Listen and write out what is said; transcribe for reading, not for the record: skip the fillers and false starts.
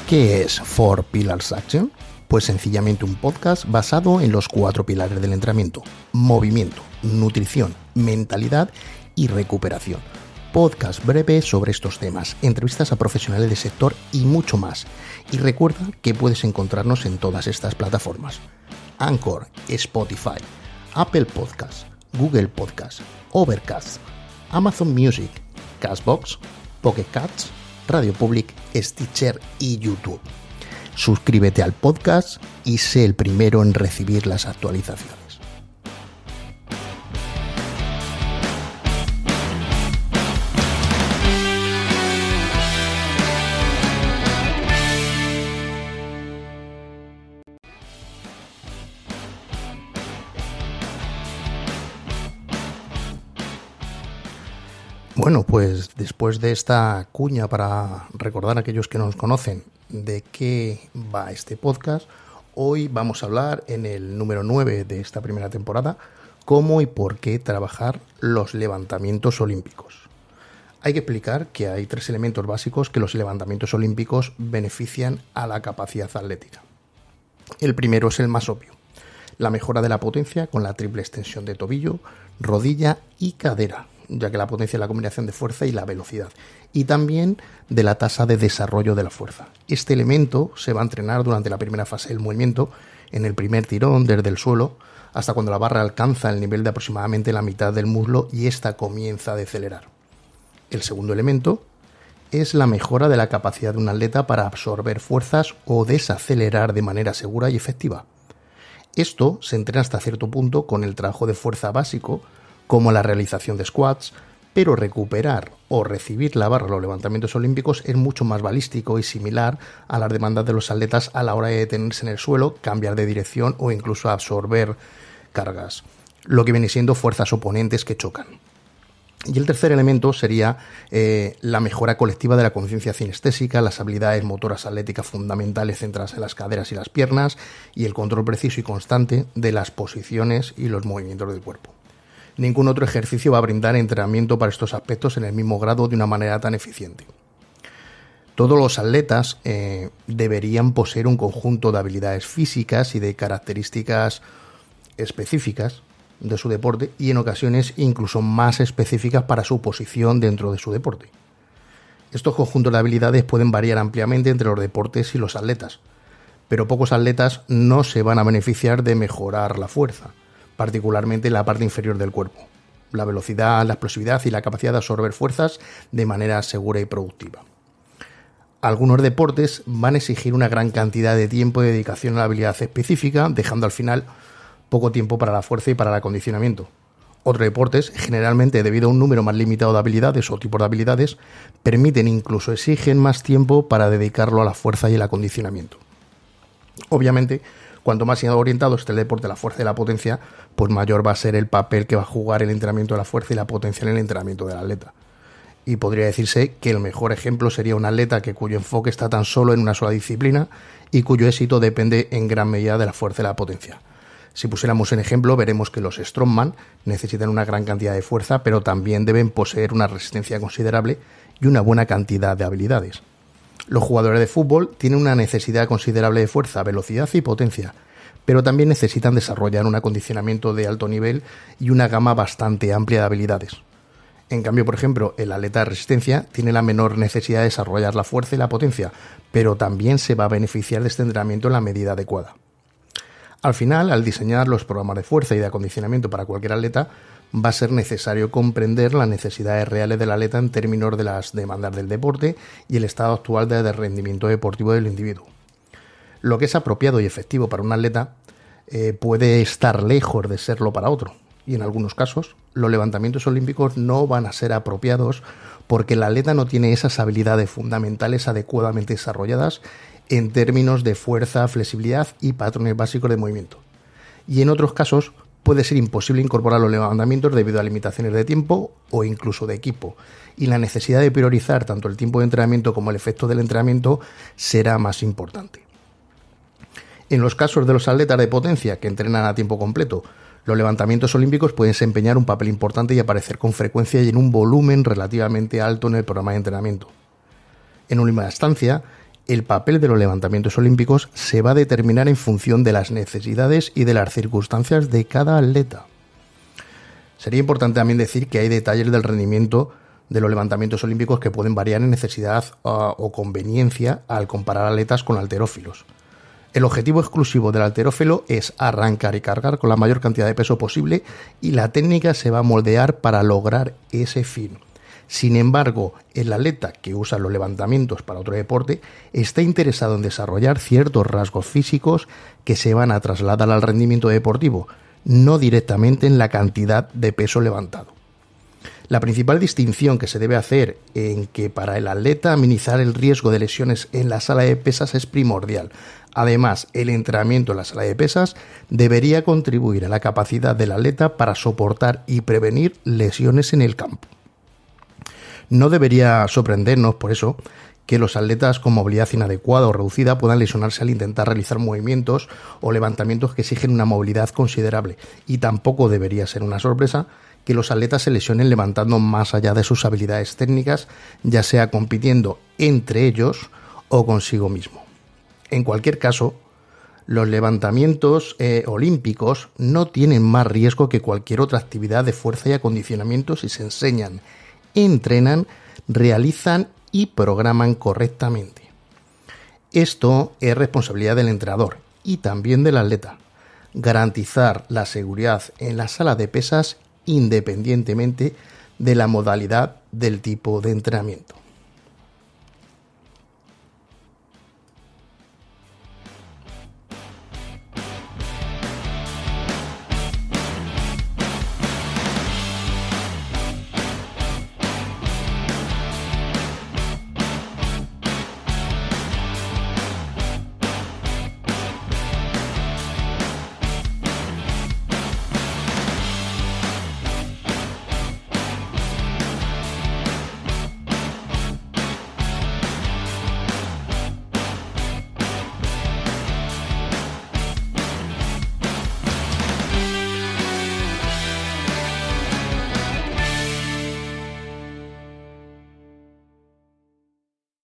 ¿Qué es 4 Pillars Action? Pues sencillamente un podcast basado en los 4 pilares del entrenamiento: movimiento, nutrición, mentalidad y recuperación. Podcast breve sobre estos temas, entrevistas a profesionales del sector y mucho más. Y recuerda que puedes encontrarnos en todas estas plataformas: Anchor, Spotify, Apple Podcasts, Google Podcasts, Overcast, Amazon Music, Castbox, Pocket Casts, Radio Public, Stitcher y YouTube. Suscríbete al podcast y sé el primero en recibir las actualizaciones. Bueno, pues después de esta cuña para recordar a aquellos que no nos conocen de qué va este podcast, hoy vamos a hablar en el número 9 de esta primera temporada cómo y por qué trabajar los levantamientos olímpicos. Hay que explicar que hay 3 elementos básicos que los levantamientos olímpicos benefician a la capacidad atlética. El primero es el más obvio: la mejora de la potencia con la triple extensión de tobillo, rodilla y cadera, ya que la potencia es la combinación de fuerza y la velocidad, y también de la tasa de desarrollo de la fuerza. Este elemento se va a entrenar durante la primera fase del movimiento, en el primer tirón desde el suelo, hasta cuando la barra alcanza el nivel de aproximadamente la mitad del muslo y ésta comienza a decelerar. El segundo elemento es la mejora de la capacidad de un atleta para absorber fuerzas o desacelerar de manera segura y efectiva. Esto se entrena hasta cierto punto con el trabajo de fuerza básico, como la realización de squats, pero recuperar o recibir la barra en los levantamientos olímpicos es mucho más balístico y similar a las demandas de los atletas a la hora de detenerse en el suelo, cambiar de dirección o incluso absorber cargas, lo que viene siendo fuerzas oponentes que chocan. Y el tercer elemento sería la mejora colectiva de la conciencia cinestésica, las habilidades motoras atléticas fundamentales centradas en las caderas y las piernas y el control preciso y constante de las posiciones y los movimientos del cuerpo. Ningún otro ejercicio va a brindar entrenamiento para estos aspectos en el mismo grado de una manera tan eficiente. Todos los atletas deberían poseer un conjunto de habilidades físicas y de características específicas de su deporte y en ocasiones incluso más específicas para su posición dentro de su deporte. Estos conjuntos de habilidades pueden variar ampliamente entre los deportes y los atletas, pero pocos atletas no se van a beneficiar de mejorar la fuerza, particularmente en la parte inferior del cuerpo, la velocidad, la explosividad y la capacidad de absorber fuerzas de manera segura y productiva. Algunos deportes van a exigir una gran cantidad de tiempo y dedicación a la habilidad específica, dejando al final poco tiempo para la fuerza y para el acondicionamiento. Otros deportes, generalmente debido a un número más limitado de habilidades o tipos de habilidades, permiten incluso exigen más tiempo para dedicarlo a la fuerza y el acondicionamiento. Obviamente, cuanto más orientado esté el deporte a la fuerza y la potencia, pues mayor va a ser el papel que va a jugar el entrenamiento de la fuerza y la potencia en el entrenamiento del atleta. Y podría decirse que el mejor ejemplo sería un atleta cuyo enfoque está tan solo en una sola disciplina y cuyo éxito depende en gran medida de la fuerza y la potencia. Si pusiéramos un ejemplo, veremos que los strongman necesitan una gran cantidad de fuerza, pero también deben poseer una resistencia considerable y una buena cantidad de habilidades. Los jugadores de fútbol tienen una necesidad considerable de fuerza, velocidad y potencia, pero también necesitan desarrollar un acondicionamiento de alto nivel y una gama bastante amplia de habilidades. En cambio, por ejemplo, el atleta de resistencia tiene la menor necesidad de desarrollar la fuerza y la potencia, pero también se va a beneficiar de este entrenamiento en la medida adecuada. Al final, al diseñar los programas de fuerza y de acondicionamiento para cualquier atleta, va a ser necesario comprender las necesidades reales del atleta en términos de las demandas del deporte y el estado actual de rendimiento deportivo del individuo. Lo que es apropiado y efectivo para un atleta puede estar lejos de serlo para otro, y en algunos casos los levantamientos olímpicos no van a ser apropiados porque el atleta no tiene esas habilidades fundamentales adecuadamente desarrolladas en términos de fuerza, flexibilidad y patrones básicos de movimiento. Y en otros casos puede ser imposible incorporar los levantamientos debido a limitaciones de tiempo o incluso de equipo, y la necesidad de priorizar tanto el tiempo de entrenamiento como el efecto del entrenamiento será más importante. En los casos de los atletas de potencia que entrenan a tiempo completo, los levantamientos olímpicos pueden desempeñar un papel importante y aparecer con frecuencia y en un volumen relativamente alto en el programa de entrenamiento. En última instancia, el papel de los levantamientos olímpicos se va a determinar en función de las necesidades y de las circunstancias de cada atleta. Sería importante también decir que hay detalles del rendimiento de los levantamientos olímpicos que pueden variar en necesidad o conveniencia al comparar atletas con halterófilos. El objetivo exclusivo del halterófilo es arrancar y cargar con la mayor cantidad de peso posible y la técnica se va a moldear para lograr ese fin. Sin embargo, el atleta que usa los levantamientos para otro deporte está interesado en desarrollar ciertos rasgos físicos que se van a trasladar al rendimiento deportivo, no directamente en la cantidad de peso levantado. La principal distinción que se debe hacer en que para el atleta minimizar el riesgo de lesiones en la sala de pesas es primordial. Además, el entrenamiento en la sala de pesas debería contribuir a la capacidad del atleta para soportar y prevenir lesiones en el campo. No debería sorprendernos, por eso, que los atletas con movilidad inadecuada o reducida puedan lesionarse al intentar realizar movimientos o levantamientos que exigen una movilidad considerable. Y tampoco debería ser una sorpresa que los atletas se lesionen levantando más allá de sus habilidades técnicas, ya sea compitiendo entre ellos o consigo mismo. En cualquier caso, los levantamientos olímpicos no tienen más riesgo que cualquier otra actividad de fuerza y acondicionamiento si se enseñan, entrenan, realizan y programan correctamente. Esto es responsabilidad del entrenador y también del atleta. Garantizar la seguridad en la sala de pesas independientemente de la modalidad del tipo de entrenamiento.